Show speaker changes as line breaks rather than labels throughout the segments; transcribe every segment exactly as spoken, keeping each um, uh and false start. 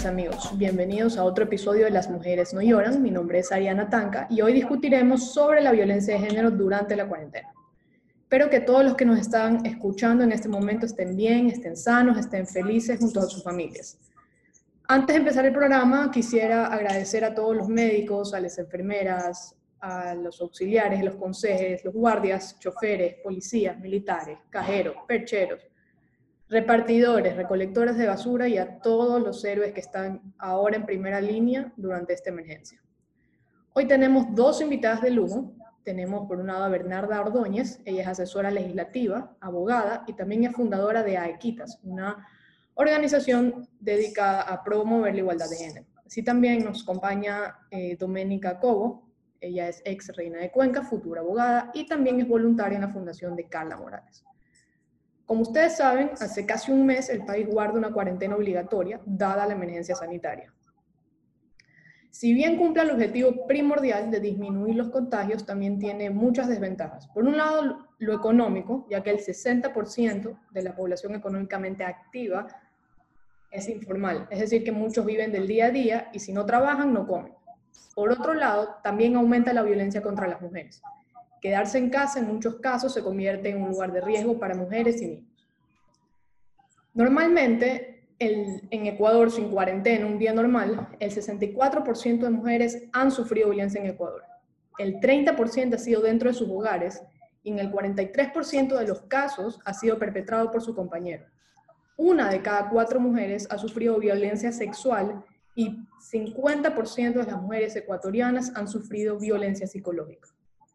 amigos, bienvenidos a otro episodio de Las Mujeres No Lloran. Mi nombre es Ariana Tanca y hoy discutiremos sobre la violencia de género durante la cuarentena. Espero que todos los que nos están escuchando en este momento estén bien, estén sanos, estén felices junto a sus familias. Antes de empezar el programa, quisiera agradecer a todos los médicos, a las enfermeras, a los auxiliares, los consejeros, los guardias, choferes, policías, militares, cajeros, percheros, repartidores, recolectores de basura y a todos los héroes que están ahora en primera línea durante esta emergencia. Hoy tenemos dos invitadas de lujo. Tenemos por un lado a Bernarda Ordóñez. Ella es asesora legislativa, abogada y también es fundadora de AEquitas, una organización dedicada a promover la igualdad de género. Así también nos acompaña eh, Doménica Cobo. Ella es ex reina de Cuenca, futura abogada y también es voluntaria en la fundación de Carla Morales. Como ustedes saben, hace casi un mes el país guarda una cuarentena obligatoria dada la emergencia sanitaria. Si bien cumple el objetivo primordial de disminuir los contagios, también tiene muchas desventajas. Por un lado, lo económico, ya que el sesenta por ciento de la población económicamente activa es informal, es decir, que muchos viven del día a día y si no trabajan, no comen. Por otro lado, también aumenta la violencia contra las mujeres. Quedarse en casa en muchos casos se convierte en un lugar de riesgo para mujeres y niños. Normalmente, el, en Ecuador, sin cuarentena, un día normal, el sesenta y cuatro por ciento de mujeres han sufrido violencia en Ecuador. El treinta por ciento ha sido dentro de sus hogares y en el cuarenta y tres por ciento de los casos ha sido perpetrado por su compañero. Una de cada cuatro mujeres ha sufrido violencia sexual y cincuenta por ciento de las mujeres ecuatorianas han sufrido violencia psicológica.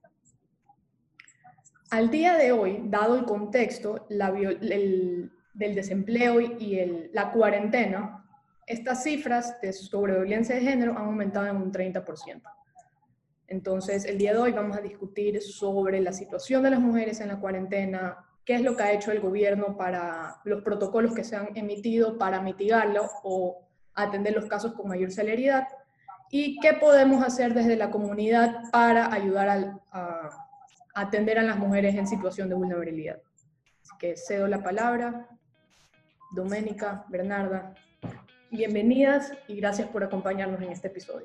Al día de hoy, dado el contexto la, el, del desempleo y el, la cuarentena, estas cifras de sobre violencia de género han aumentado en un treinta por ciento. Entonces, el día de hoy vamos a discutir sobre la situación de las mujeres en la cuarentena, qué es lo que ha hecho el gobierno para los protocolos que se han emitido para mitigarlo o atender los casos con mayor celeridad y qué podemos hacer desde la comunidad para ayudar al, a atender a las mujeres en situación de vulnerabilidad. Así que cedo la palabra. Doménica, Bernarda, bienvenidas y gracias por acompañarnos en este episodio.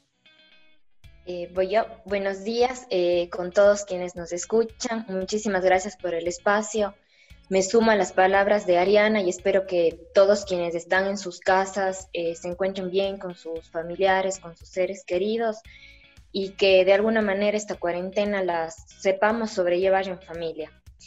Eh, voy yo. Buenos días eh, con todos quienes nos escuchan. Muchísimas gracias por el espacio. Me sumo a las palabras de Ariana y espero que todos quienes están en sus casas eh, se encuentren bien con sus familiares, con sus seres queridos y que de alguna manera esta cuarentena las sepamos sobrellevar en familia.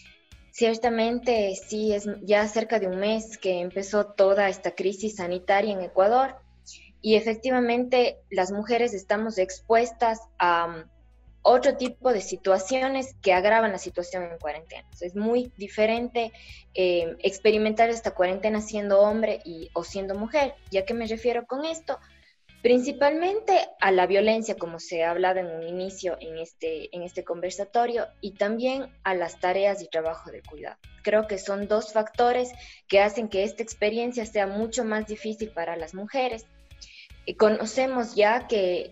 Ciertamente, sí, es ya cerca de un mes que empezó toda esta crisis sanitaria en Ecuador y efectivamente las mujeres estamos expuestas a um, otro tipo de situaciones que agravan la situación en cuarentena. Es muy diferente eh, experimentar esta cuarentena siendo hombre y, o siendo mujer. ¿Y a qué me refiero con esto? Principalmente a la violencia, como se ha hablado en un inicio en este, en este conversatorio, y también a las tareas y trabajo de cuidado. Creo que son dos factores que hacen que esta experiencia sea mucho más difícil para las mujeres. Y conocemos ya que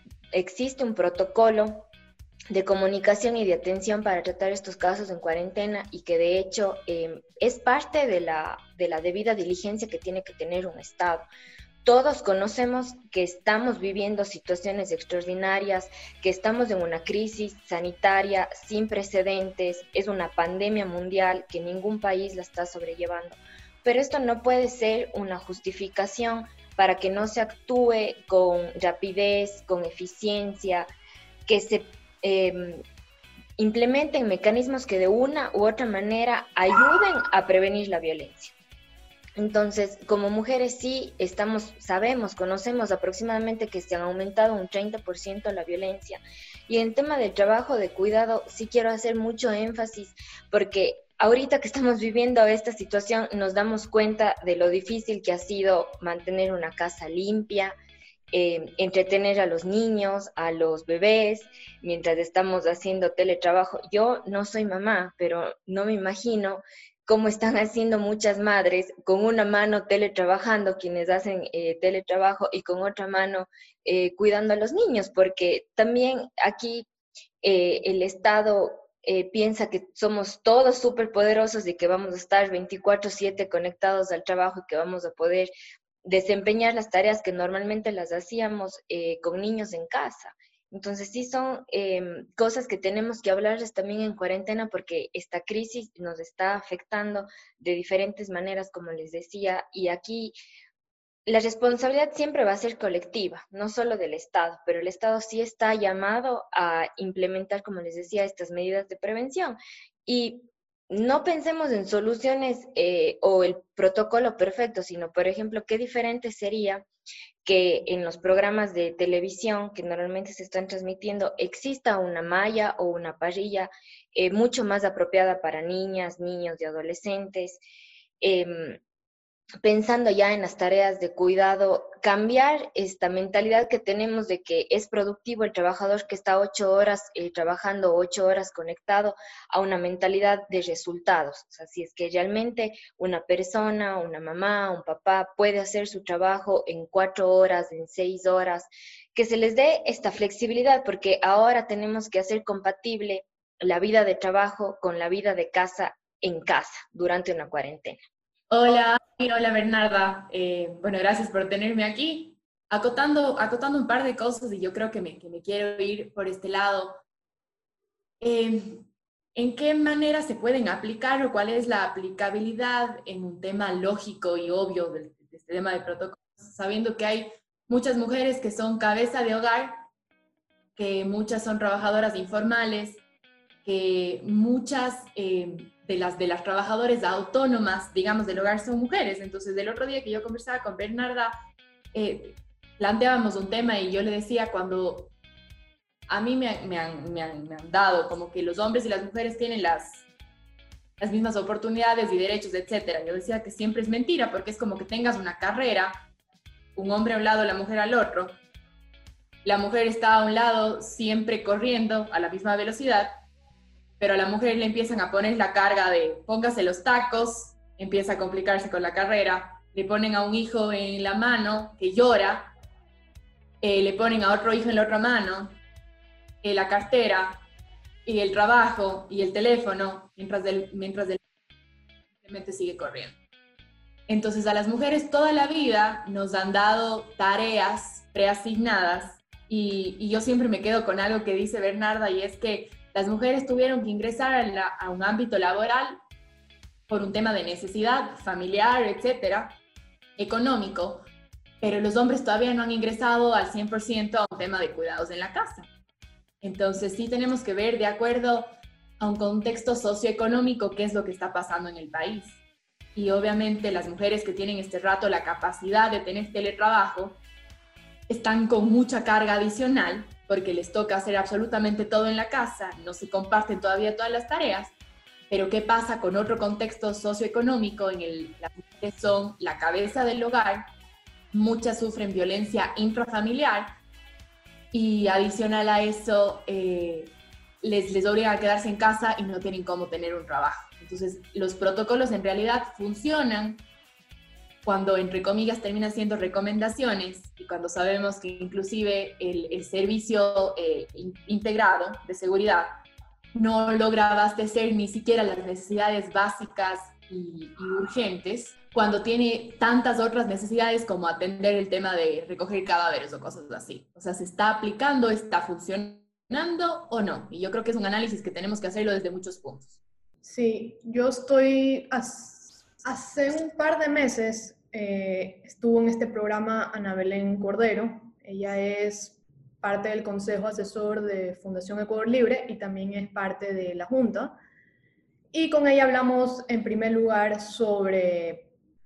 existe un protocolo de comunicación y de atención para tratar estos casos en cuarentena y que de hecho eh, es parte de la, de la debida diligencia que tiene que tener un Estado. Todos conocemos que estamos viviendo situaciones extraordinarias, que estamos en una crisis sanitaria sin precedentes, es una pandemia mundial que ningún país la está sobrellevando, pero esto no puede ser una justificación para que no se actúe con rapidez, con eficiencia, que se eh, implementen mecanismos que de una u otra manera ayuden a prevenir la violencia. Entonces, como mujeres sí estamos, sabemos, conocemos aproximadamente que se han aumentado un treinta por ciento la violencia. Y en tema del trabajo de cuidado sí quiero hacer mucho énfasis porque ahorita que estamos viviendo esta situación nos damos cuenta de lo difícil que ha sido mantener una casa limpia, eh, entretener a los niños, a los bebés, mientras estamos haciendo teletrabajo. Yo no soy mamá, pero no me imagino cómo están haciendo muchas madres con una mano teletrabajando, quienes hacen eh, teletrabajo, y con otra mano eh, cuidando a los niños, porque también aquí eh, el Estado eh, piensa que somos todos súper poderosos y que vamos a estar veinticuatro siete conectados al trabajo y que vamos a poder desempeñar las tareas que normalmente las hacíamos eh, con niños en casa. Entonces sí son eh, cosas que tenemos que hablarles también en cuarentena porque esta crisis nos está afectando de diferentes maneras, como les decía, y aquí la responsabilidad siempre va a ser colectiva, no solo del Estado, pero el Estado sí está llamado a implementar, como les decía, estas medidas de prevención. Y no pensemos en soluciones eh, o el protocolo perfecto, sino, por ejemplo, qué diferente sería que en los programas de televisión que normalmente se están transmitiendo exista una malla o una parrilla eh, mucho más apropiada para niñas, niños y adolescentes. Em, Pensando ya en las tareas de cuidado, cambiar esta mentalidad que tenemos de que es productivo el trabajador que está ocho horas eh, trabajando, ocho horas conectado, a una mentalidad de resultados. O sea, si es que realmente una persona, una mamá, un papá puede hacer su trabajo en cuatro horas, en seis horas, que se les dé esta flexibilidad, porque ahora tenemos que hacer compatible la vida de trabajo con la vida de casa en casa durante una cuarentena.
Hola, hola Bernarda. Eh, bueno, gracias por tenerme aquí. Acotando, acotando un par de cosas y yo creo que me, que me quiero ir por este lado. Eh, ¿En qué manera se pueden aplicar o cuál es la aplicabilidad en un tema lógico y obvio de, de este tema de protocolos, sabiendo que hay muchas mujeres que son cabeza de hogar, que muchas son trabajadoras informales, que muchas eh, de las de las trabajadoras autónomas, digamos, del hogar son mujeres? Entonces, del otro día que yo conversaba con Bernarda, eh, planteábamos un tema y yo le decía, cuando a mí me, me, han, me, han, me han dado como que los hombres y las mujeres tienen las, las mismas oportunidades y derechos, etcétera, yo decía que siempre es mentira, porque es como que tengas una carrera, un hombre a un lado, la mujer al otro, la mujer está a un lado siempre corriendo a la misma velocidad, pero a la mujer le empiezan a poner la carga de póngase los tacos, empieza a complicarse con la carrera, le ponen a un hijo en la mano que llora, eh, le ponen a otro hijo en la otra mano, eh, la cartera, y el trabajo, y el teléfono, mientras del, mientras del simplemente sigue corriendo. Entonces a las mujeres toda la vida nos han dado tareas preasignadas, y, y yo siempre me quedo con algo que dice Bernarda, y es que las mujeres tuvieron que ingresar a, la, a un ámbito laboral por un tema de necesidad familiar, etcétera, económico, pero los hombres todavía no han ingresado al cien por ciento a un tema de cuidados en la casa. Entonces sí tenemos que ver de acuerdo a un contexto socioeconómico qué es lo que está pasando en el país. Y obviamente las mujeres que tienen este rato la capacidad de tener teletrabajo están con mucha carga adicional porque les toca hacer absolutamente todo en la casa, no se comparten todavía todas las tareas, pero ¿qué pasa con otro contexto socioeconómico en el que las mujeres son la cabeza del hogar? Muchas sufren violencia intrafamiliar y adicional a eso eh, les, les obligan a quedarse en casa y no tienen cómo tener un trabajo. Entonces los protocolos en realidad funcionan cuando, entre comillas, terminan siendo recomendaciones y cuando sabemos que inclusive el, el servicio eh, in, integrado de seguridad no logra abastecer ni siquiera las necesidades básicas y, y urgentes, cuando tiene tantas otras necesidades como atender el tema de recoger cadáveres o cosas así. O sea, ¿se está aplicando, está funcionando o no? Y yo creo que es un análisis que tenemos que hacerlo desde muchos puntos.
Sí, yo estoy... Hace un par de meses eh, estuvo en este programa Ana Belén Cordero. Ella es parte del Consejo Asesor de Fundación Ecuador Libre y también es parte de la Junta. Y con ella hablamos en primer lugar sobre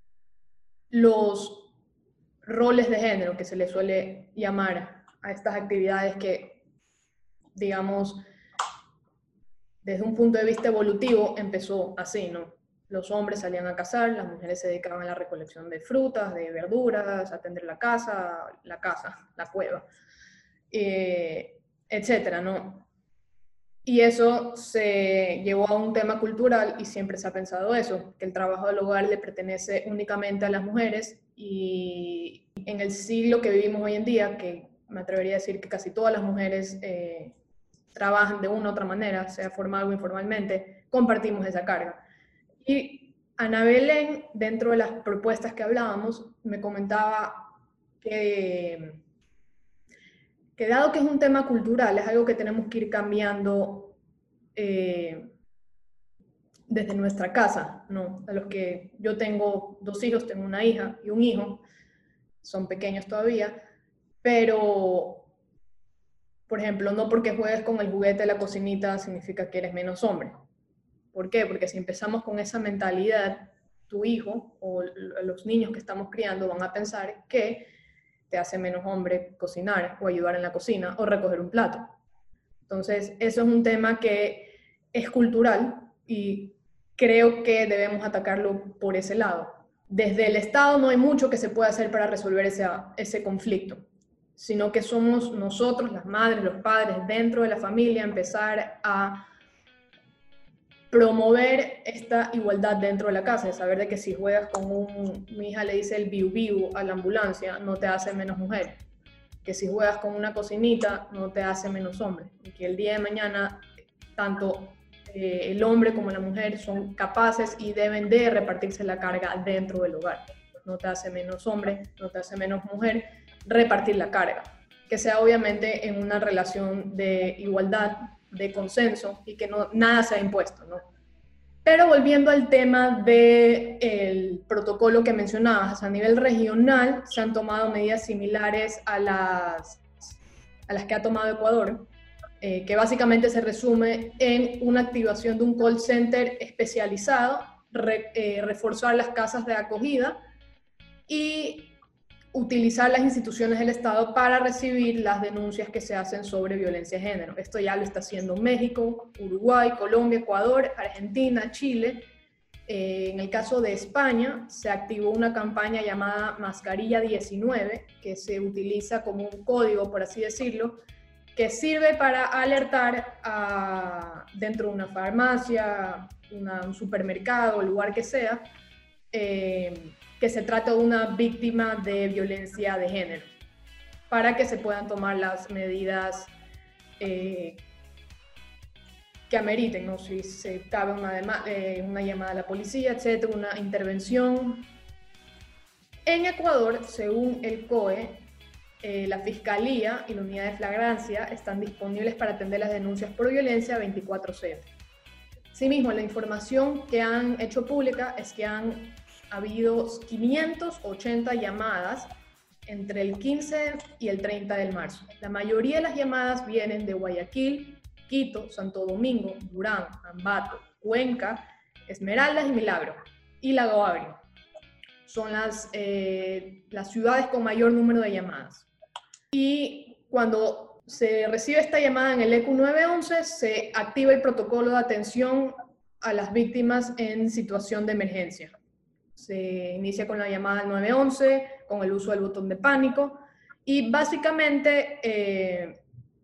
los roles de género que se le suele llamar a estas actividades que, digamos, desde un punto de vista evolutivo empezó así, ¿no? Los hombres salían a cazar, las mujeres se dedicaban a la recolección de frutas, de verduras, a atender la casa, la casa, la cueva, eh, etcétera, ¿no? Y eso se llevó a un tema cultural y siempre se ha pensado eso, que el trabajo del hogar le pertenece únicamente a las mujeres, y en el siglo que vivimos hoy en día, que me atrevería a decir que casi todas las mujeres eh, trabajan de una u otra manera, sea formal o informalmente, compartimos esa carga. Y Ana Belén, dentro de las propuestas que hablábamos, me comentaba que, que dado que es un tema cultural, es algo que tenemos que ir cambiando eh, desde nuestra casa, ¿no? A los que yo tengo dos hijos, tengo una hija y un hijo, son pequeños todavía, pero, por ejemplo, no porque juegues con el juguete de la cocinita significa que eres menos hombre. ¿Por qué? Porque si empezamos con esa mentalidad, tu hijo o los niños que estamos criando van a pensar que te hace menos hombre cocinar o ayudar en la cocina o recoger un plato. Entonces, eso es un tema que es cultural y creo que debemos atacarlo por ese lado. Desde el Estado no hay mucho que se pueda hacer para resolver ese, ese conflicto, sino que somos nosotros, las madres, los padres, dentro de la familia, empezar a promover esta igualdad dentro de la casa, de saber de que si juegas con un, mi hija le dice el biu biu a la ambulancia, no te hace menos mujer, que si juegas con una cocinita, no te hace menos hombre, y que el día de mañana, tanto eh, el hombre como la mujer son capaces y deben de repartirse la carga dentro del hogar, no te hace menos hombre, no te hace menos mujer, repartir la carga, que sea obviamente en una relación de igualdad, de consenso y que no, nada sea impuesto, ¿no? Pero volviendo al tema del protocolo que mencionabas, a nivel regional se han tomado medidas similares a las, a las que ha tomado Ecuador, eh, que básicamente se resume en una activación de un call center especializado, re, eh, reforzar las casas de acogida y utilizar las instituciones del Estado para recibir las denuncias que se hacen sobre violencia de género. Esto ya lo está haciendo México, Uruguay, Colombia, Ecuador, Argentina, Chile. Eh, en el caso de España, se activó una campaña llamada Mascarilla diecinueve, que se utiliza como un código, por así decirlo, que sirve para alertar a, dentro de una farmacia, una, un supermercado, el lugar que sea, eh, que se trata de una víctima de violencia de género, para que se puedan tomar las medidas eh, que ameriten, ¿no? Si se cabe una, eh, una llamada a la policía, etcétera, una intervención. En Ecuador, según el C O E, eh, la Fiscalía y la Unidad de Flagrancia están disponibles para atender las denuncias por violencia veinticuatro siete. Asimismo, la información que han hecho pública es que han ha habido quinientas ochenta llamadas entre el quince y el treinta de marzo. La mayoría de las llamadas vienen de Guayaquil, Quito, Santo Domingo, Durán, Ambato, Cuenca, Esmeraldas y Milagro, y Lago Agrio. Son las, eh, las ciudades con mayor número de llamadas. Y cuando se recibe esta llamada en el E Q nueve once, se activa el protocolo de atención a las víctimas en situación de emergencia. Se inicia con la llamada al nueve once, con el uso del botón de pánico, y básicamente eh,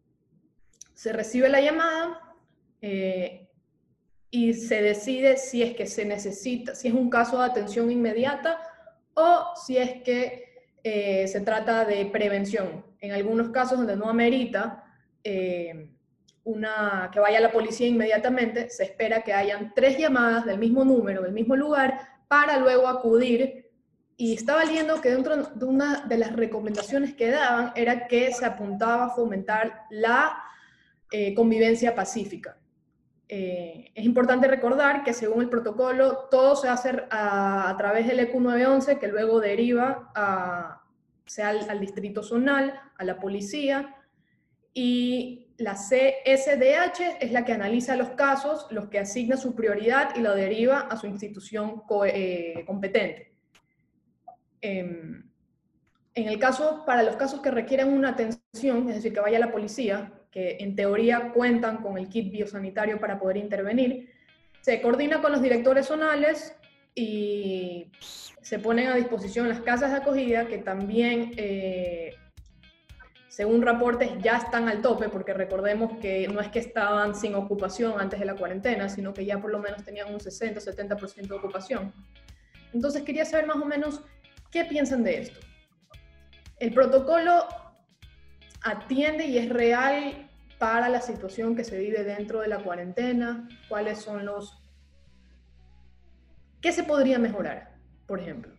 se recibe la llamada eh, y se decide si es que se necesita, si es un caso de atención inmediata o si es que eh, se trata de prevención. En algunos casos donde no amerita eh, una, que vaya la policía inmediatamente, se espera que hayan tres llamadas del mismo número, del mismo lugar, para luego acudir. Y estaba leyendo que dentro de una de las recomendaciones que daban era que se apuntaba a fomentar la eh, convivencia pacífica. Eh, es importante recordar que según el protocolo todo se hace a, a través del E Q nueve once, que luego deriva a, sea al, al distrito zonal, a la policía, y la C S D H es la que analiza los casos, los que asigna su prioridad y lo deriva a su institución co eh, competente. Eh, en el caso, para los casos que requieren una atención, es decir, que vaya la policía, que en teoría cuentan con el kit biosanitario para poder intervenir, se coordina con los directores zonales y se ponen a disposición las casas de acogida, que también eh, según reportes ya están al tope, porque recordemos que no es que estaban sin ocupación antes de la cuarentena, sino que ya por lo menos tenían un sesenta a setenta por ciento de ocupación. Entonces quería saber más o menos qué piensan de esto. El protocolo atiende y es real para la situación que se vive dentro de la cuarentena, cuáles son los, ¿Qué se podría mejorar, por ejemplo?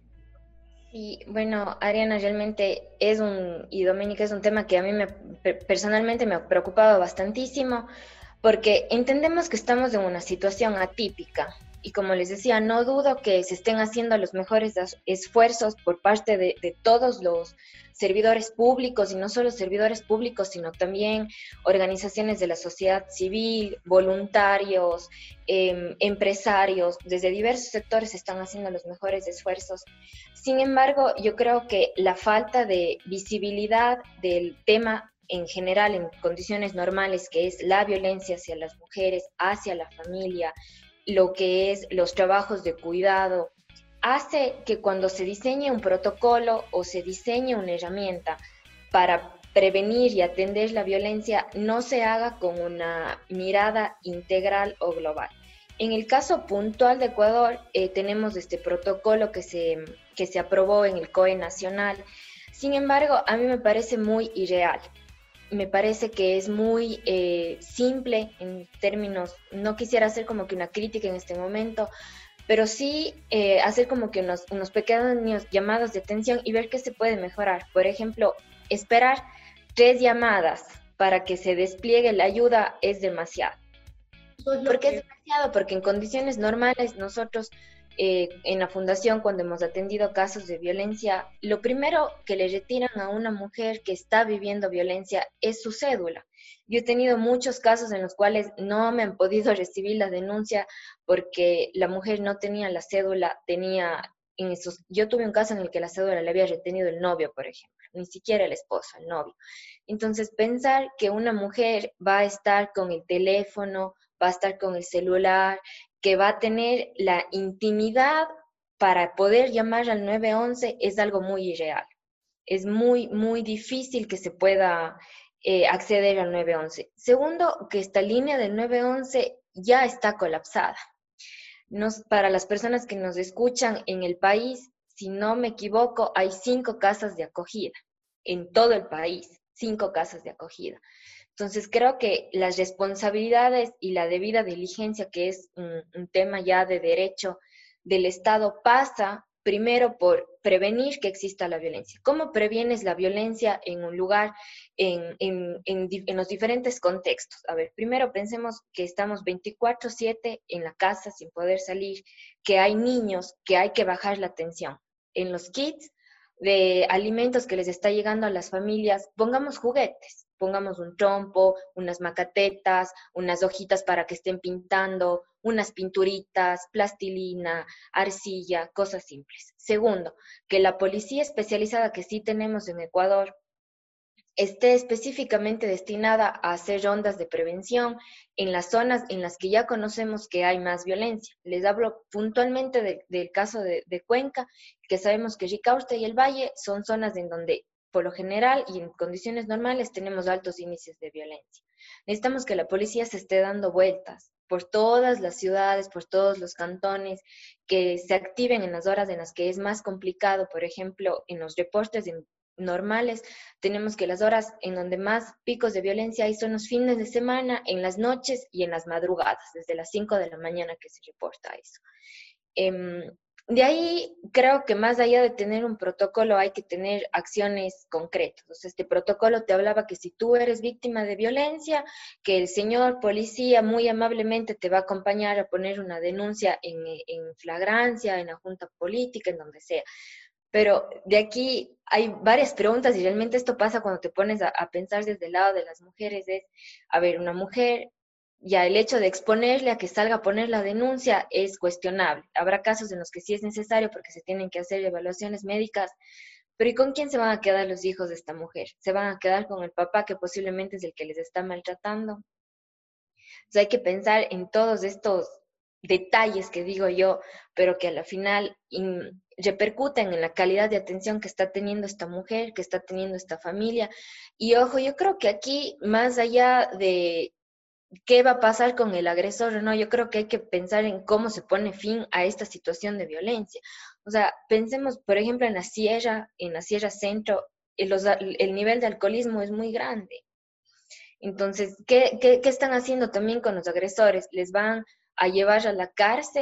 Sí, bueno, Ariana, realmente es un, y Doménica, es un tema que a mí me, personalmente me ha preocupado bastantísimo, porque entendemos que estamos en una situación atípica y como les decía, no dudo que se estén haciendo los mejores esfuerzos por parte de, de todos los servidores públicos y no solo servidores públicos, sino también organizaciones de la sociedad civil, voluntarios, eh, empresarios, desde diversos sectores se están haciendo los mejores esfuerzos. Sin embargo, yo creo que la falta de visibilidad del tema en general, en condiciones normales, que es la violencia hacia las mujeres, hacia la familia, lo que es los trabajos de cuidado, hace que cuando se diseñe un protocolo o se diseñe una herramienta para prevenir y atender la violencia, no se haga con una mirada integral o global. En el caso puntual de Ecuador, eh, tenemos este protocolo que se, que se aprobó en el C O E nacional. Sin embargo, a mí me parece muy irreal. Me parece que es muy eh, simple en términos, no quisiera hacer como que una crítica en este momento, pero sí eh, hacer como que unos, unos pequeños llamados de atención y ver qué se puede mejorar. Por ejemplo, esperar tres llamadas para que se despliegue la ayuda es demasiado. ¿Por qué es demasiado? Porque en condiciones normales nosotros eh, en la fundación, cuando hemos atendido casos de violencia, lo primero que le retiran a una mujer que está viviendo violencia es su cédula. Yo he tenido muchos casos en los cuales no me han podido recibir la denuncia porque la mujer no tenía la cédula, tenía en esos, yo tuve un caso en el que la cédula le había retenido el novio, por ejemplo, ni siquiera el esposo, el novio. Entonces, pensar que una mujer va a estar con el teléfono, va a estar con el celular, que va a tener la intimidad para poder llamar al nueve once es algo muy irreal. Es muy, muy difícil que se pueda eh, acceder al nueve once. Segundo, que esta línea del nueve once ya está colapsada. Nos, para las personas que nos escuchan en el país, si no me equivoco, hay cinco casas de acogida en todo el país, cinco casas de acogida. Entonces creo que las responsabilidades y la debida diligencia, que es un, un tema ya de derecho del Estado, pasa primero por prevenir que exista la violencia. ¿Cómo previenes la violencia en un lugar, en, en, en, en los diferentes contextos? A ver, primero pensemos que estamos veinticuatro siete en la casa sin poder salir, que hay niños, que hay que bajar la tensión. En los kits de alimentos que les está llegando a las familias, pongamos juguetes, pongamos un trompo, unas macatetas, unas hojitas para que estén pintando, unas pinturitas, plastilina, arcilla, cosas simples. Segundo, que la policía especializada que sí tenemos en Ecuador esté específicamente destinada a hacer rondas de prevención en las zonas en las que ya conocemos que hay más violencia. Les hablo puntualmente de, del caso de, de Cuenca, que sabemos que Ricaurte y el Valle son zonas en donde por lo general y en condiciones normales tenemos altos índices de violencia. Necesitamos que la policía se esté dando vueltas por todas las ciudades, por todos los cantones, que se activen en las horas en las que es más complicado, por ejemplo, en los reportes de normales, tenemos que las horas en donde más picos de violencia hay son los fines de semana, en las noches y en las madrugadas, desde las cinco de la mañana que se reporta eso. Eh, de ahí creo que más allá de tener un protocolo hay que tener acciones concretas. O sea, este protocolo te hablaba que si tú eres víctima de violencia, que el señor policía muy amablemente te va a acompañar a poner una denuncia en, en flagrancia, en la junta política, en donde sea. Pero de aquí hay varias preguntas y realmente esto pasa cuando te pones a, a pensar desde el lado de las mujeres. Es, a ver, una mujer, ya el hecho de exponerle a que salga a poner la denuncia es cuestionable. Habrá casos en los que sí es necesario porque se tienen que hacer evaluaciones médicas, pero ¿y con quién se van a quedar los hijos de esta mujer? ¿Se van a quedar con el papá que posiblemente es el que les está maltratando? Entonces hay que pensar en todos estos detalles que digo yo, pero que a la final in, repercuten en la calidad de atención que está teniendo esta mujer, que está teniendo esta familia. Y ojo, yo creo que aquí, más allá de qué va a pasar con el agresor, no, yo creo que hay que pensar en cómo se pone fin a esta situación de violencia. O sea, pensemos, por ejemplo, en la sierra, en la Sierra Centro, el, los, el nivel de alcoholismo es muy grande. Entonces, ¿qué, qué, qué están haciendo también con los agresores? ¿Les van a llevar a la cárcel?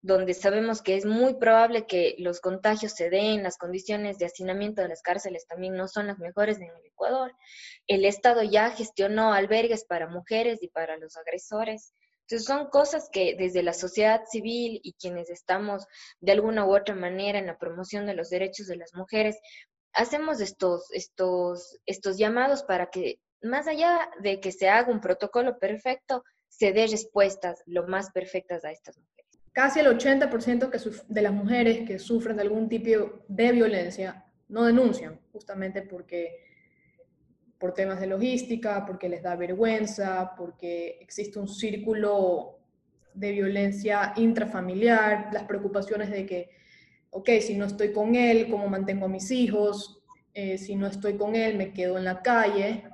donde sabemos que es muy probable que los contagios se den, las condiciones de hacinamiento de las cárceles también no son las mejores en el Ecuador. El Estado ya gestionó albergues para mujeres y para los agresores. Entonces son cosas que desde la sociedad civil y quienes estamos de alguna u otra manera en la promoción de los derechos de las mujeres, hacemos estos, estos, estos llamados para que más allá de que se haga un protocolo perfecto, se dé respuestas lo más perfectas a estas mujeres.
Casi el ochenta por ciento que de las mujeres que sufren de algún tipo de violencia no denuncian, justamente porque por temas de logística, porque les da vergüenza, porque existe un círculo de violencia intrafamiliar, las preocupaciones de que, ok, si no estoy con él, ¿cómo mantengo a mis hijos? Eh, si no estoy con él, me quedo en la calle.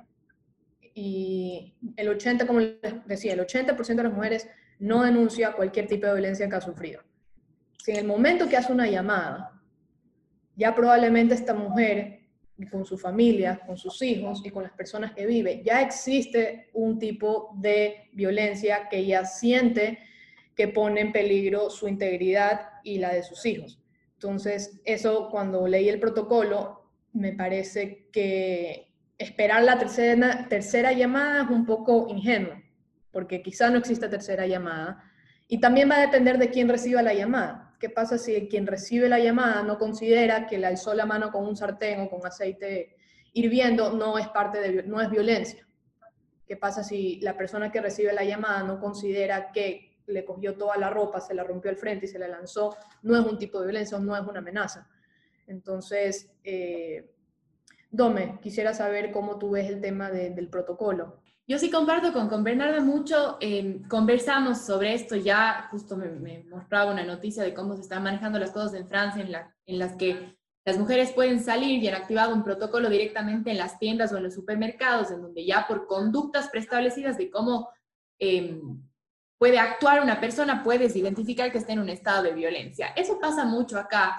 Y el ochenta, como les decía, el ochenta por ciento de las mujeres no denuncia cualquier tipo de violencia que ha sufrido. Si en el momento que hace una llamada, ya probablemente esta mujer, con su familia, con sus hijos y con las personas que vive, ya existe un tipo de violencia que ella siente que pone en peligro su integridad y la de sus hijos. Entonces, eso cuando leí el protocolo, me parece que esperar la tercera, tercera llamada es un poco ingenuo, porque quizá no exista tercera llamada. Y también va a depender de quién reciba la llamada. ¿Qué pasa si quien recibe la llamada no considera que le alzó la mano con un sartén o con aceite hirviendo no es parte de, no es violencia? ¿Qué pasa si la persona que recibe la llamada no considera que le cogió toda la ropa, se la rompió al frente y se la lanzó? No es un tipo de violencia, no es una amenaza. Entonces, eh, Dome, quisiera saber cómo tú ves el tema de, del protocolo.
Yo sí comparto con, con Bernarda mucho, eh, conversamos sobre esto, ya justo me, me mostraba una noticia de cómo se están manejando las cosas en Francia, en, la, en las que las mujeres pueden salir y han activado un protocolo directamente en las tiendas o en los supermercados, en donde ya por conductas preestablecidas de cómo eh, puede actuar una persona, puedes identificar que está en un estado de violencia. Eso pasa mucho acá.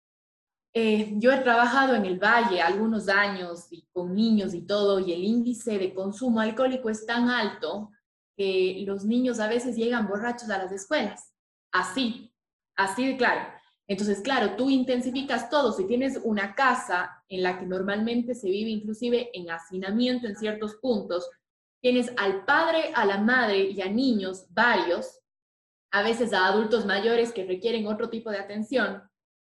Eh, yo he trabajado en el Valle algunos años y con niños y todo, y el índice de consumo alcohólico es tan alto que los niños a veces llegan borrachos a las escuelas. Así, así de claro. Entonces, claro, tú intensificas todo. Si tienes una casa en la que normalmente se vive inclusive en hacinamiento en ciertos puntos, tienes al padre, a la madre y a niños varios, a veces a adultos mayores que requieren otro tipo de atención.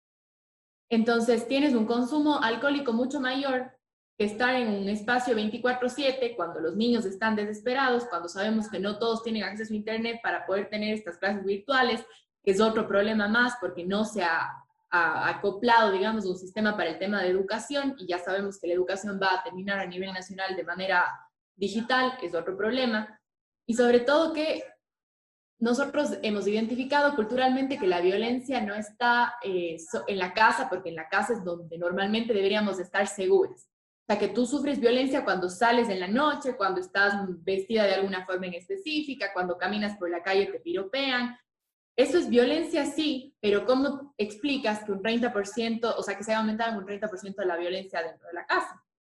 Entonces tienes un consumo alcohólico mucho mayor que estar en un espacio veinticuatro siete cuando los niños están desesperados, cuando sabemos que no todos tienen acceso a internet para poder tener estas clases virtuales, que es otro problema más porque no se ha, ha acoplado, digamos, un sistema para el tema de educación y ya sabemos que la educación va a terminar a nivel nacional de manera digital, es otro problema. Y sobre todo que nosotros hemos identificado culturalmente que la violencia no está eh, en la casa, porque en la casa es donde normalmente deberíamos estar seguras. O sea, que tú sufres violencia cuando sales en la noche, cuando estás vestida de alguna forma en específica, cuando caminas por la calle te piropean. Eso es violencia, sí, pero ¿cómo explicas que un treinta por ciento, o sea, que se ha aumentado un treinta por ciento de la violencia dentro de la casa?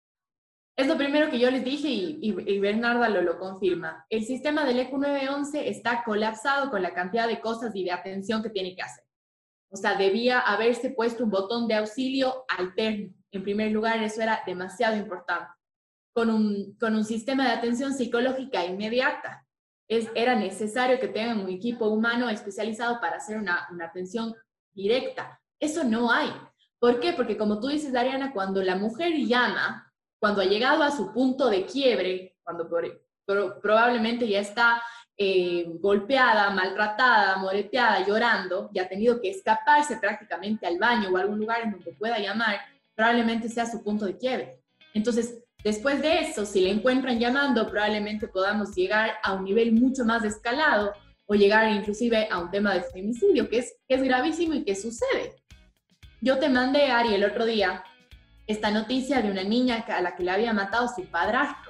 Es lo primero que yo les dije y, y, y Bernarda lo, lo confirma. El sistema del E Q nueve once está colapsado con la cantidad de cosas y de atención que tiene que hacer. O sea, debía haberse puesto un botón de auxilio alterno. En primer lugar, eso era demasiado importante. Con un, con un sistema de atención psicológica inmediata. Es, era necesario que tengan un equipo humano especializado para hacer una, una atención directa. Eso no hay. ¿Por qué? Porque como tú dices, Ariana, cuando la mujer llama, cuando ha llegado a su punto de quiebre, cuando por, por, probablemente ya está eh, golpeada, maltratada, moreteada, llorando, y ha tenido que escaparse prácticamente al baño o a algún lugar en donde pueda llamar, probablemente sea su punto de quiebre. Entonces, después de eso, si le encuentran llamando, probablemente podamos llegar a un nivel mucho más escalado o llegar inclusive a un tema de femicidio, que es, que es gravísimo y que sucede. Yo te mandé, Ari, el otro día, esta noticia de una niña a la que le había matado su padrastro.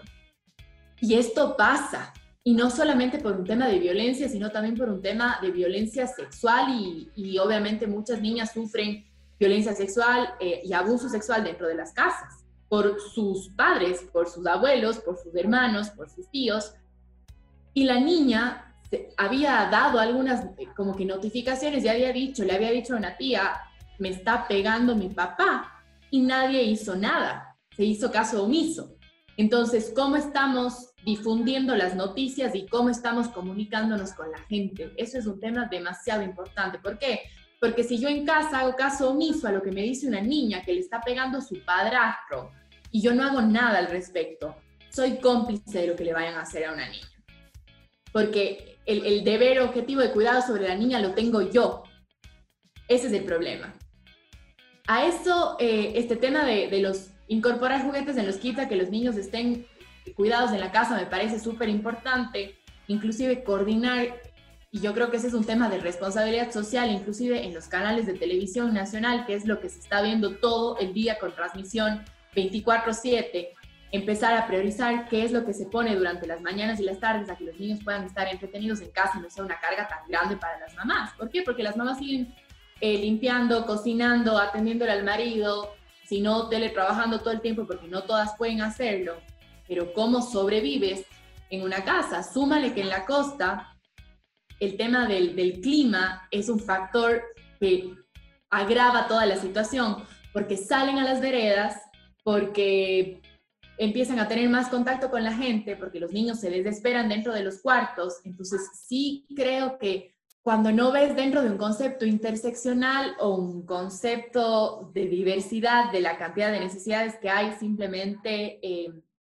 Y esto pasa, y no solamente por un tema de violencia, sino también por un tema de violencia sexual, y, y obviamente muchas niñas sufren violencia sexual eh, y abuso sexual dentro de las casas, por sus padres, por sus abuelos, por sus hermanos, por sus tíos. Y la niña se, había dado algunas como que notificaciones y había dicho, le había dicho a una tía, me está pegando mi papá, y nadie hizo nada, se hizo caso omiso. Entonces, ¿cómo estamos difundiendo las noticias y cómo estamos comunicándonos con la gente? Eso es un tema demasiado importante. ¿Por qué? Porque si yo en casa hago caso omiso a lo que me dice una niña que le está pegando su padrastro y yo no hago nada al respecto, soy cómplice de lo que le vayan a hacer a una niña. Porque el, el deber objetivo de cuidado sobre la niña lo tengo yo. Ese es el problema. A eso, eh, este tema de, de los incorporar juguetes en los kits, a que los niños estén cuidados en la casa, me parece súper importante. Inclusive coordinar, y yo creo que ese es un tema de responsabilidad social, inclusive en los canales de televisión nacional, que es lo que se está viendo todo el día con transmisión veinticuatro siete, empezar a priorizar qué es lo que se pone durante las mañanas y las tardes a que los niños puedan estar entretenidos en casa y no sea una carga tan grande para las mamás. ¿Por qué? Porque las mamás siguen eh, limpiando, cocinando, atendiéndole al marido, si no teletrabajando todo el tiempo, porque no todas pueden hacerlo. Pero ¿cómo sobrevives en una casa? Súmale que en la costa el tema del, del clima es un factor que agrava toda la situación, porque salen a las veredas, porque empiezan a tener más contacto con la gente, porque los niños se desesperan dentro de los cuartos. Entonces sí creo que cuando no ves dentro de un concepto interseccional o un concepto de diversidad de la cantidad de necesidades que hay, simplemente, eh,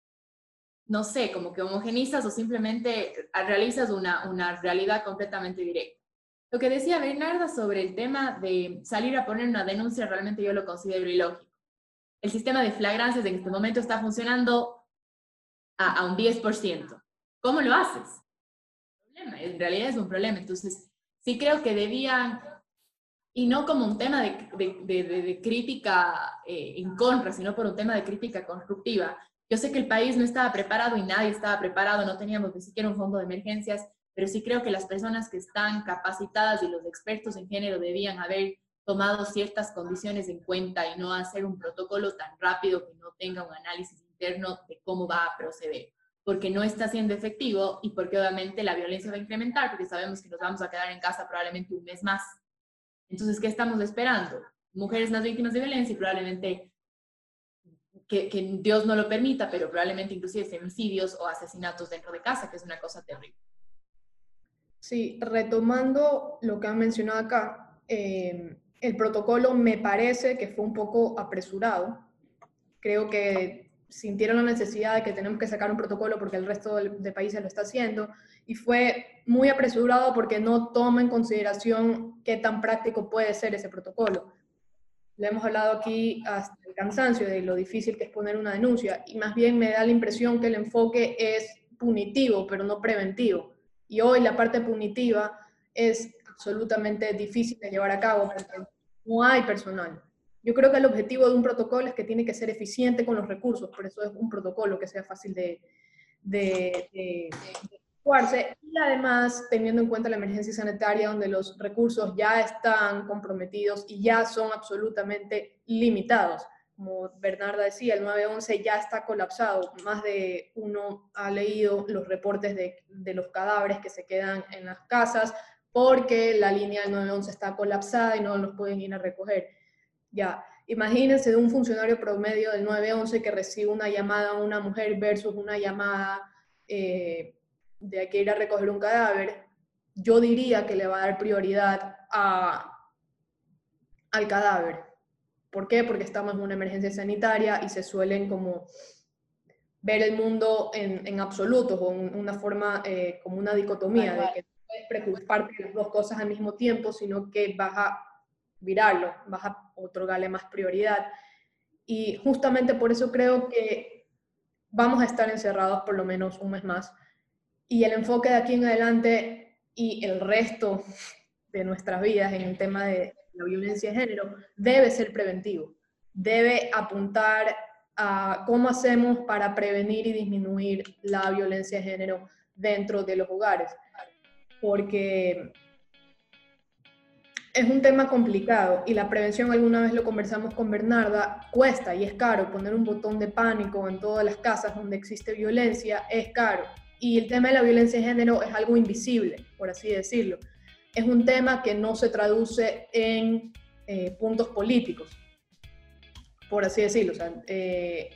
no sé, como que homogenizas o simplemente realizas una, una realidad completamente directa. Lo que decía Bernarda sobre el tema de salir a poner una denuncia, realmente yo lo considero ilógico. El sistema de flagrancias en este momento está funcionando a, a un diez por ciento. ¿Cómo lo haces? En realidad es un problema. Entonces, sí creo que debían, y no como un tema de, de, de, de, de crítica eh, en contra, sino por un tema de crítica constructiva. Yo sé que el país no estaba preparado y nadie estaba preparado, no teníamos ni siquiera un fondo de emergencias, pero sí creo que las personas que están capacitadas y los expertos en género debían haber tomado ciertas condiciones en cuenta y no hacer un protocolo tan rápido que no tenga un análisis interno de cómo va a proceder, porque no está siendo efectivo y porque obviamente la violencia va a incrementar, porque sabemos que nos vamos a quedar en casa probablemente un mes más. Entonces, ¿qué estamos esperando? Mujeres más víctimas de violencia y probablemente, que, que Dios no lo permita, pero probablemente inclusive femicidios o asesinatos dentro de casa, que es una cosa terrible.
Sí, retomando lo que han mencionado acá, eh, el protocolo me parece que fue un poco apresurado. Creo que sintieron la necesidad de que tenemos que sacar un protocolo porque el resto del, del país se lo está haciendo, y fue muy apresurado porque no toma en consideración qué tan práctico puede ser ese protocolo. Le hemos hablado aquí hasta el cansancio de lo difícil que es poner una denuncia, y más bien me da la impresión que el enfoque es punitivo, pero no preventivo. Y hoy la parte punitiva es absolutamente difícil de llevar a cabo porque no hay personal. Yo creo que el objetivo de un protocolo es que tiene que ser eficiente con los recursos, por eso es un protocolo que sea fácil de, de, de, de actuarse, y además teniendo en cuenta la emergencia sanitaria donde los recursos ya están comprometidos y ya son absolutamente limitados. Como Bernarda decía, el nueve once ya está colapsado. Más de uno ha leído los reportes de, de los cadáveres que se quedan en las casas porque la línea del nueve once está colapsada y no los pueden ir a recoger. Ya, imagínense de un funcionario promedio del nueve once que recibe una llamada a una mujer versus una llamada eh, de que ir a recoger un cadáver. Yo diría que le va a dar prioridad a, al cadáver. ¿Por qué? Porque estamos en una emergencia sanitaria y se suelen como ver el mundo en, en absolutos o en una forma eh, como una dicotomía, de que no puedes preocuparte de las dos cosas al mismo tiempo, sino que vas a virarlo, vas a otorgarle más prioridad. Y justamente por eso creo que vamos a estar encerrados por lo menos un mes más. Y el enfoque de aquí en adelante y el resto de nuestras vidas en el tema de la violencia de género debe ser preventivo. Debe apuntar a cómo hacemos para prevenir y disminuir la violencia de género dentro de los hogares. Porque es un tema complicado y la prevención, alguna vez lo conversamos con Bernarda, cuesta y es caro. Poner un botón de pánico en todas las casas donde existe violencia es caro. Y el tema de la violencia de género es algo invisible, por así decirlo. Es un tema que no se traduce en eh, puntos políticos, por así decirlo. O sea, eh,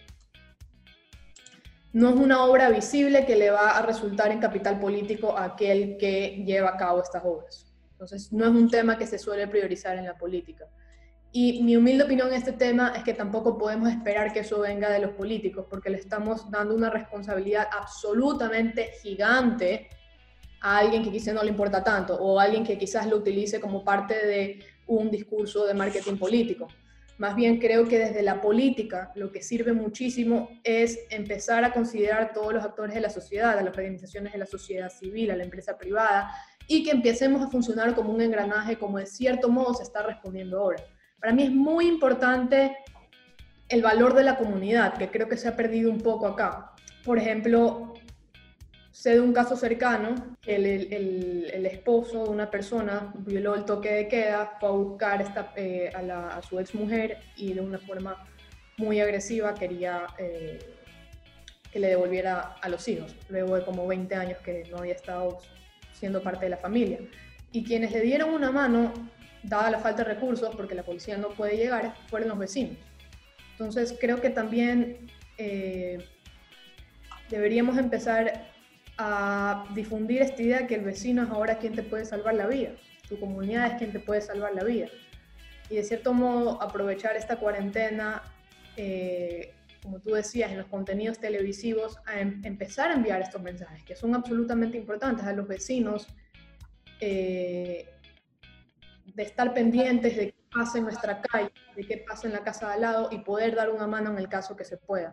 no es una obra visible que le va a resultar en capital político a aquel que lleva a cabo estas obras. Entonces, no es un tema que se suele priorizar en la política. Y mi humilde opinión en este tema es que tampoco podemos esperar que eso venga de los políticos, porque le estamos dando una responsabilidad absolutamente gigante a alguien que quizás no le importa tanto, o a alguien que quizás lo utilice como parte de un discurso de marketing político. Más bien creo que desde la política lo que sirve muchísimo es empezar a considerar a todos los actores de la sociedad, a las organizaciones de la sociedad civil, a la empresa privada, y que empecemos a funcionar como un engranaje, como de cierto modo se está respondiendo ahora. Para mí es muy importante el valor de la comunidad, que creo que se ha perdido un poco acá. Por ejemplo, sé de un caso cercano que el, el, el esposo de una persona violó el toque de queda, fue a buscar esta, eh, a, la, a su exmujer y de una forma muy agresiva quería eh, que le devolviera a los hijos, luego de como veinte años que no había estado siendo parte de la familia. Y quienes le dieron una mano, dada la falta de recursos, porque la policía no puede llegar, fueron los vecinos. Entonces creo que también eh, deberíamos empezar a difundir esta idea que el vecino es ahora quien te puede salvar la vida, tu comunidad es quien te puede salvar la vida. Y de cierto modo aprovechar esta cuarentena, eh, como tú decías, en los contenidos televisivos, a em- empezar a enviar estos mensajes, que son absolutamente importantes a los vecinos, eh, de estar pendientes de qué pasa en nuestra calle, de qué pasa en la casa de al lado y poder dar una mano en el caso que se pueda.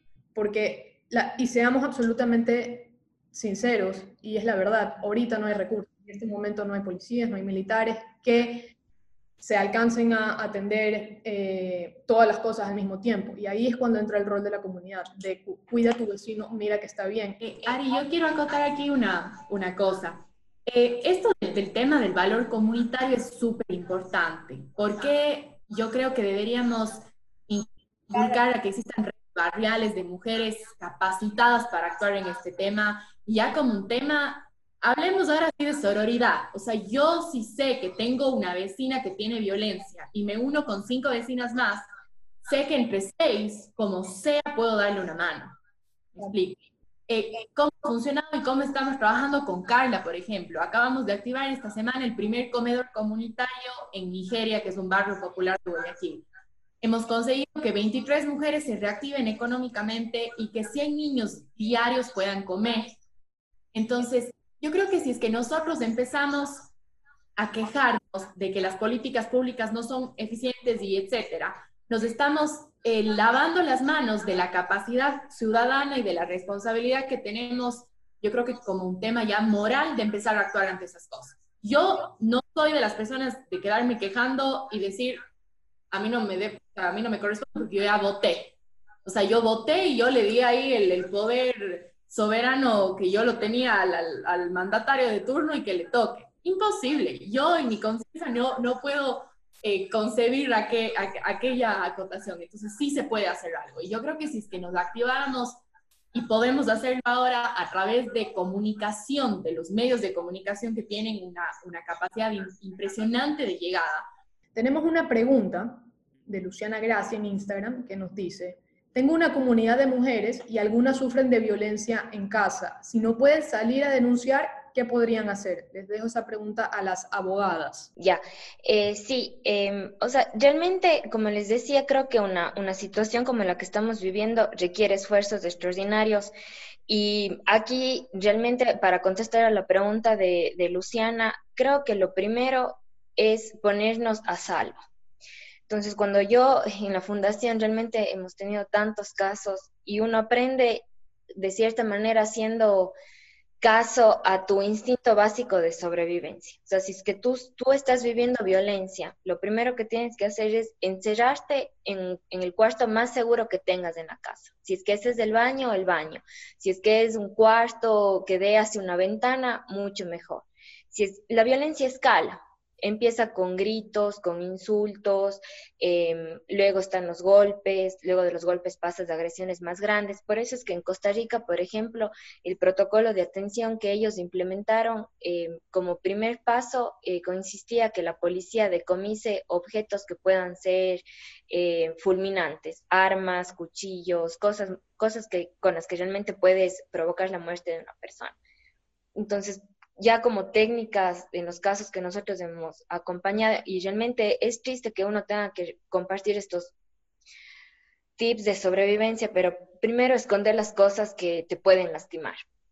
Porque, la, y seamos absolutamente sinceros, y es la verdad, ahorita no hay recursos, en este momento no hay policías, no hay militares que se alcancen a atender eh, todas las cosas al mismo tiempo. Y ahí es cuando entra el rol de la comunidad, de cu- cuida a tu vecino, mira que está bien.
Eh, Ari, yo quiero acotar aquí una, una cosa. Eh, esto del, del tema del valor comunitario es súper importante, porque yo creo que deberíamos inculcar a que existan redes barriales de mujeres capacitadas para actuar en este tema, y ya como un tema, hablemos ahora sí de sororidad. O sea, yo sí sé que tengo una vecina que tiene violencia y me uno con cinco vecinas más, sé que entre seis, como sea, puedo darle una mano. ¿Me explico? Eh, cómo ha funcionado y cómo estamos trabajando con Carla, por ejemplo. Acabamos de activar esta semana el primer comedor comunitario en Nigeria, que es un barrio popular de Guayaquil. Hemos conseguido que veintitrés mujeres se reactiven económicamente y que cien niños diarios puedan comer. Entonces, yo creo que si es que nosotros empezamos a quejarnos de que las políticas públicas no son eficientes y etcétera, nos estamos eh, lavando las manos de la capacidad ciudadana y de la responsabilidad que tenemos, yo creo que como un tema ya moral de empezar a actuar ante esas cosas. Yo no soy de las personas de quedarme quejando y decir, a mí no me, de, a mí no me corresponde porque yo ya voté. O sea, yo voté y yo le di ahí el, el poder soberano que yo lo tenía al, al, al mandatario de turno y que le toque. Imposible. Yo en mi conciencia no, no puedo eh, concebir aquel, a, aquella acotación. Entonces sí se puede hacer algo. Y yo creo que si es que nos activáramos y podemos hacerlo ahora a través de comunicación, de los medios de comunicación que tienen una, una capacidad impresionante de llegada.
Tenemos una pregunta de Luciana Gracia en Instagram que nos dice: tengo una comunidad de mujeres y algunas sufren de violencia en casa. Si no pueden salir a denunciar, ¿qué podrían hacer? Les dejo esa pregunta a las abogadas.
Ya, eh, sí, eh, o sea, realmente, como les decía, creo que una, una situación como la que estamos viviendo requiere esfuerzos extraordinarios. Y aquí, realmente, para contestar a la pregunta de, de Luciana, creo que lo primero es ponernos a salvo. Entonces, cuando yo en la fundación realmente hemos tenido tantos casos y uno aprende de cierta manera haciendo caso a tu instinto básico de sobrevivencia. O sea, si es que tú, tú estás viviendo violencia, lo primero que tienes que hacer es encerrarte en, en el cuarto más seguro que tengas en la casa. Si es que ese es el baño, el baño. Si es que es un cuarto que dé hacia una ventana, mucho mejor. Si es, la violencia escala. Empieza con gritos, con insultos, eh, luego están los golpes, luego de los golpes pasas a agresiones más grandes. Por eso es que en Costa Rica, por ejemplo, el protocolo de atención que ellos implementaron eh, como primer paso eh, consistía que la policía decomise objetos que puedan ser eh, fulminantes, armas, cuchillos, cosas, cosas que, con las que realmente puedes provocar la muerte de una persona. Entonces, ya como técnicas en los casos que nosotros hemos acompañado, y realmente es triste que uno tenga que compartir estos tips de sobrevivencia, pero primero esconder las cosas que te pueden lastimar.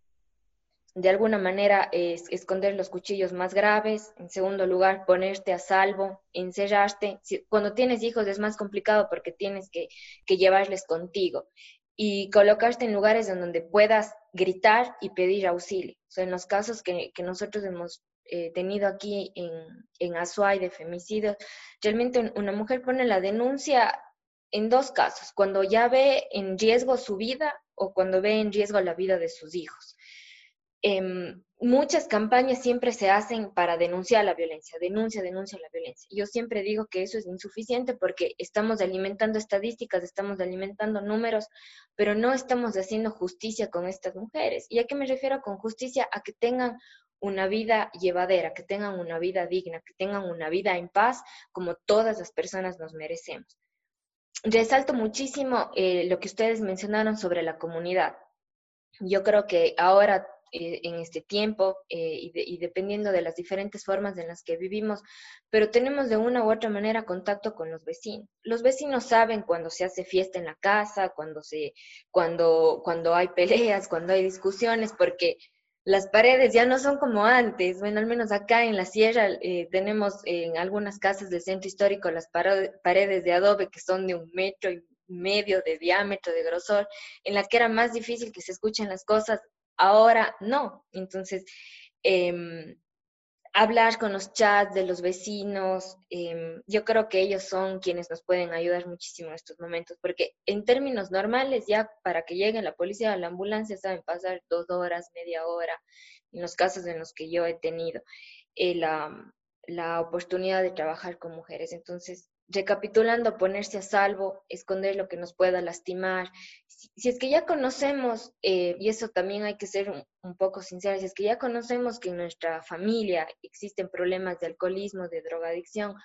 De alguna manera, es esconder los cuchillos más graves. En segundo lugar, ponerte a salvo, encerrarte. Si, cuando tienes hijos es más complicado porque tienes que, que llevarles contigo. Y colocarte en lugares en donde puedas gritar y pedir auxilio. O sea, en los casos que, que nosotros hemos eh, tenido aquí en, en Azuay de femicidios, realmente una mujer pone la denuncia en dos casos, cuando ya ve en riesgo su vida o cuando ve en riesgo la vida de sus hijos. Eh, muchas campañas siempre se hacen para denunciar la violencia, denuncia, denuncia la violencia. Yo siempre digo que eso es insuficiente porque estamos alimentando estadísticas, estamos alimentando números, pero no estamos haciendo justicia con estas mujeres. ¿Y a qué me refiero con justicia? A que tengan una vida llevadera, que tengan una vida digna, que tengan una vida en paz, como todas las personas nos merecemos. Resalto muchísimo eh, lo que ustedes mencionaron sobre la comunidad. Yo creo que ahora en este tiempo eh, y, de, y dependiendo de las diferentes formas en las que vivimos, pero tenemos de una u otra manera contacto con los vecinos. Los vecinos saben cuando se hace fiesta en la casa, cuando, se, cuando, cuando hay peleas, cuando hay discusiones, porque las paredes ya no son como antes. Bueno, al menos acá en la sierra eh, tenemos en algunas casas del centro histórico las paredes de adobe que son de un metro y medio de diámetro, de grosor, en la que era más difícil que se escuchen las cosas. Ahora no. Entonces, eh, hablar con los chats de los vecinos, eh, yo creo que ellos son quienes nos pueden ayudar muchísimo en estos momentos, porque en términos normales, ya para que llegue la policía o la ambulancia, saben pasar dos horas, media hora, en los casos en los que yo he tenido eh, la, la oportunidad de trabajar con mujeres. Entonces, recapitulando, ponerse a salvo, esconder lo que nos pueda lastimar. Si, si es que ya conocemos, eh, y eso también hay que ser un, un poco sinceros, si es que ya conocemos que en nuestra familia existen problemas de alcoholismo, de drogadicción,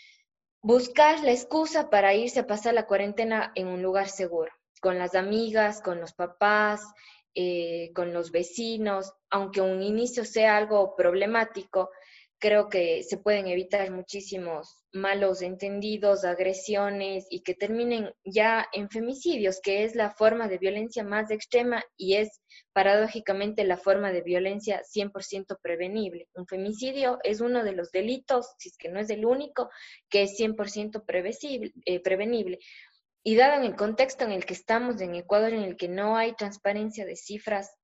buscar la excusa para irse a pasar la cuarentena en un lugar seguro, con las amigas, con los papás, eh, con los vecinos, aunque un inicio sea algo problemático, creo que se pueden evitar muchísimos malos entendidos, agresiones y que terminen ya en femicidios, que es la forma de violencia más extrema y es paradójicamente la forma de violencia cien por ciento prevenible. Un femicidio es uno de los delitos, si es que no es el único, que es cien por ciento eh, prevenible. Y dado en el contexto en el que estamos en Ecuador, en el que no hay transparencia de cifras,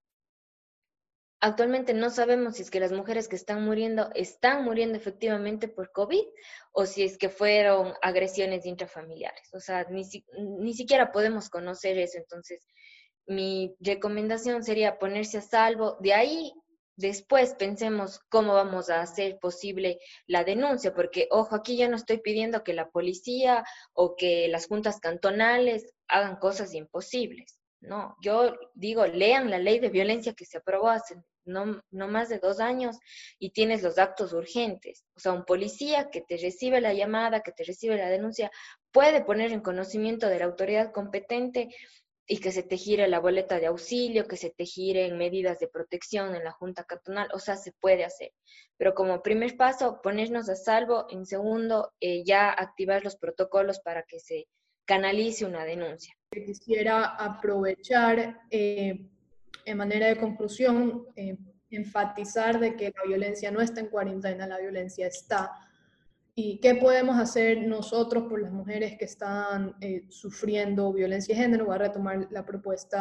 actualmente no sabemos si es que las mujeres que están muriendo están muriendo efectivamente por COVID o si es que fueron agresiones intrafamiliares. O sea, ni, si, ni siquiera podemos conocer eso. Entonces, mi recomendación sería ponerse a salvo. De ahí, después pensemos cómo vamos a hacer posible la denuncia, porque, ojo, aquí ya no estoy pidiendo que la policía o que las juntas cantonales hagan cosas imposibles. No, yo digo, lean la ley de violencia que se aprobó hace no, no más de dos años y tienes los actos urgentes. O sea, un policía que te recibe la llamada, que te recibe la denuncia, puede poner en conocimiento de la autoridad competente y que se te gire la boleta de auxilio, que se te giren medidas de protección en la Junta Cantonal, o sea, se puede hacer. Pero como primer paso, ponernos a salvo. En segundo, eh, ya activar los protocolos para que se canalice una denuncia.
Quisiera aprovechar, eh, en manera de conclusión, eh, enfatizar de que la violencia no está en cuarentena, la violencia está. ¿Y qué podemos hacer nosotros por las mujeres que están eh, sufriendo violencia de género? Voy a retomar la propuesta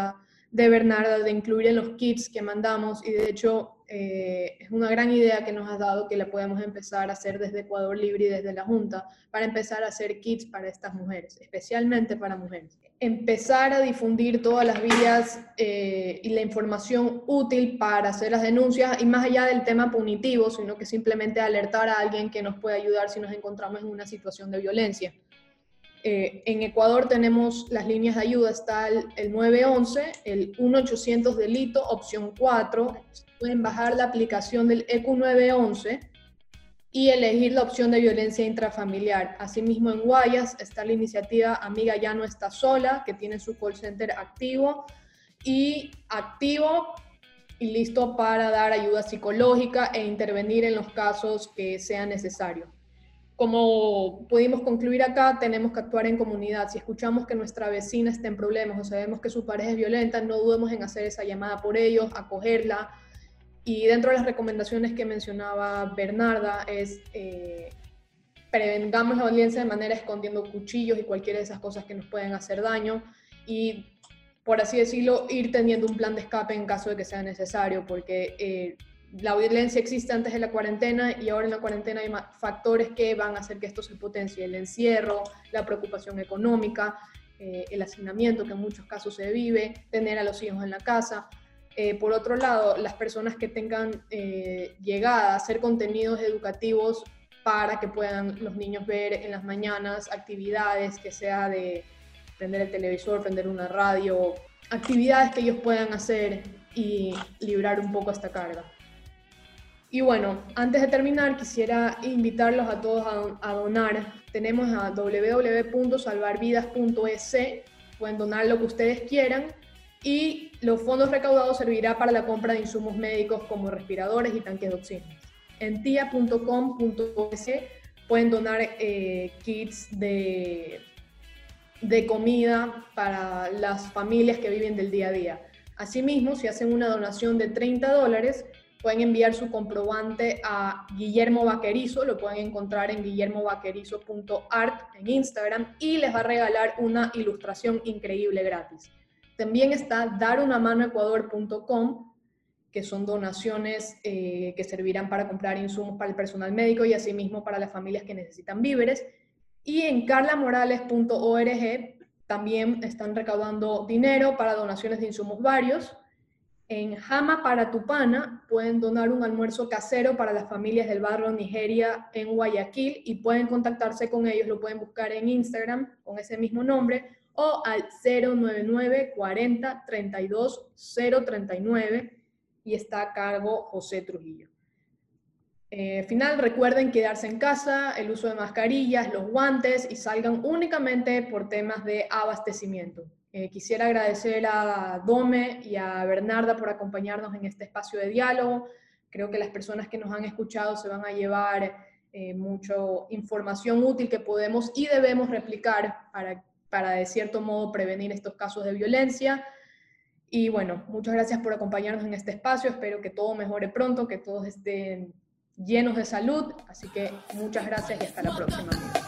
de Bernarda de incluir en los kits que mandamos, y de hecho eh, es una gran idea que nos has dado, que la podemos empezar a hacer desde Ecuador Libre y desde la Junta, para empezar a hacer kits para estas mujeres, especialmente para mujeres. Empezar a difundir todas las vías eh, y la información útil para hacer las denuncias, y más allá del tema punitivo, sino que simplemente alertar a alguien que nos pueda ayudar si nos encontramos en una situación de violencia. Eh, en Ecuador tenemos las líneas de ayuda, está el, el nueve once, el uno ochocientos delito, opción cuatro. Pueden bajar la aplicación del E Q nueve once y elegir la opción de violencia intrafamiliar. Asimismo, en Guayas está la iniciativa Amiga Ya No Está Sola, que tiene su call center activo y activo y listo para dar ayuda psicológica e intervenir en los casos que sea necesario. Como pudimos concluir acá, tenemos que actuar en comunidad. Si escuchamos que nuestra vecina está en problemas o sabemos que su pareja es violenta, no dudemos en hacer esa llamada por ellos, acogerla. Y dentro de las recomendaciones que mencionaba Bernarda es eh, prevengamos la violencia de manera escondiendo cuchillos y cualquiera de esas cosas que nos pueden hacer daño, y, por así decirlo, ir teniendo un plan de escape en caso de que sea necesario, porque eh, la violencia existe antes de la cuarentena y ahora en la cuarentena hay factores que van a hacer que esto se potencie: el encierro, la preocupación económica, eh, el hacinamiento que en muchos casos se vive, tener a los hijos en la casa. Eh, por otro lado, las personas que tengan eh, llegada a hacer contenidos educativos para que puedan los niños ver en las mañanas actividades, que sea de prender el televisor, prender una radio, actividades que ellos puedan hacer y librar un poco esta carga. Y bueno, antes de terminar, quisiera invitarlos a todos a, a donar. Tenemos a w w w punto salvar vidas punto e c, pueden donar lo que ustedes quieran, y los fondos recaudados servirá para la compra de insumos médicos como respiradores y tanques de oxígeno. En tia punto com punto e c pueden donar eh, kits de, de comida para las familias que viven del día a día. Asimismo, si hacen una donación de treinta dólares, pueden enviar su comprobante a Guillermo Vaquerizo, lo pueden encontrar en guillermo vaquerizo punto art en Instagram, y les va a regalar una ilustración increíble gratis. También está dar una mano ecuador punto com, que son donaciones eh, que servirán para comprar insumos para el personal médico y asimismo para las familias que necesitan víveres. Y en carla morales punto org también están recaudando dinero para donaciones de insumos varios. En Jama para Tupana pueden donar un almuerzo casero para las familias del barrio Nigeria en Guayaquil, y pueden contactarse con ellos, lo pueden buscar en Instagram con ese mismo nombre o al cero nueve nueve cuarenta treinta y dos cero treinta y nueve, y está a cargo José Trujillo. Eh, final, recuerden quedarse en casa, el uso de mascarillas, los guantes, y salgan únicamente por temas de abastecimiento. Eh, quisiera agradecer a Dome y a Bernarda por acompañarnos en este espacio de diálogo. Creo que las personas que nos han escuchado se van a llevar eh, mucha información útil que podemos y debemos replicar para, para de cierto modo prevenir estos casos de violencia. Y bueno, muchas gracias por acompañarnos en este espacio. Espero que todo mejore pronto, que todos estén llenos de salud. Así que muchas gracias y hasta la próxima.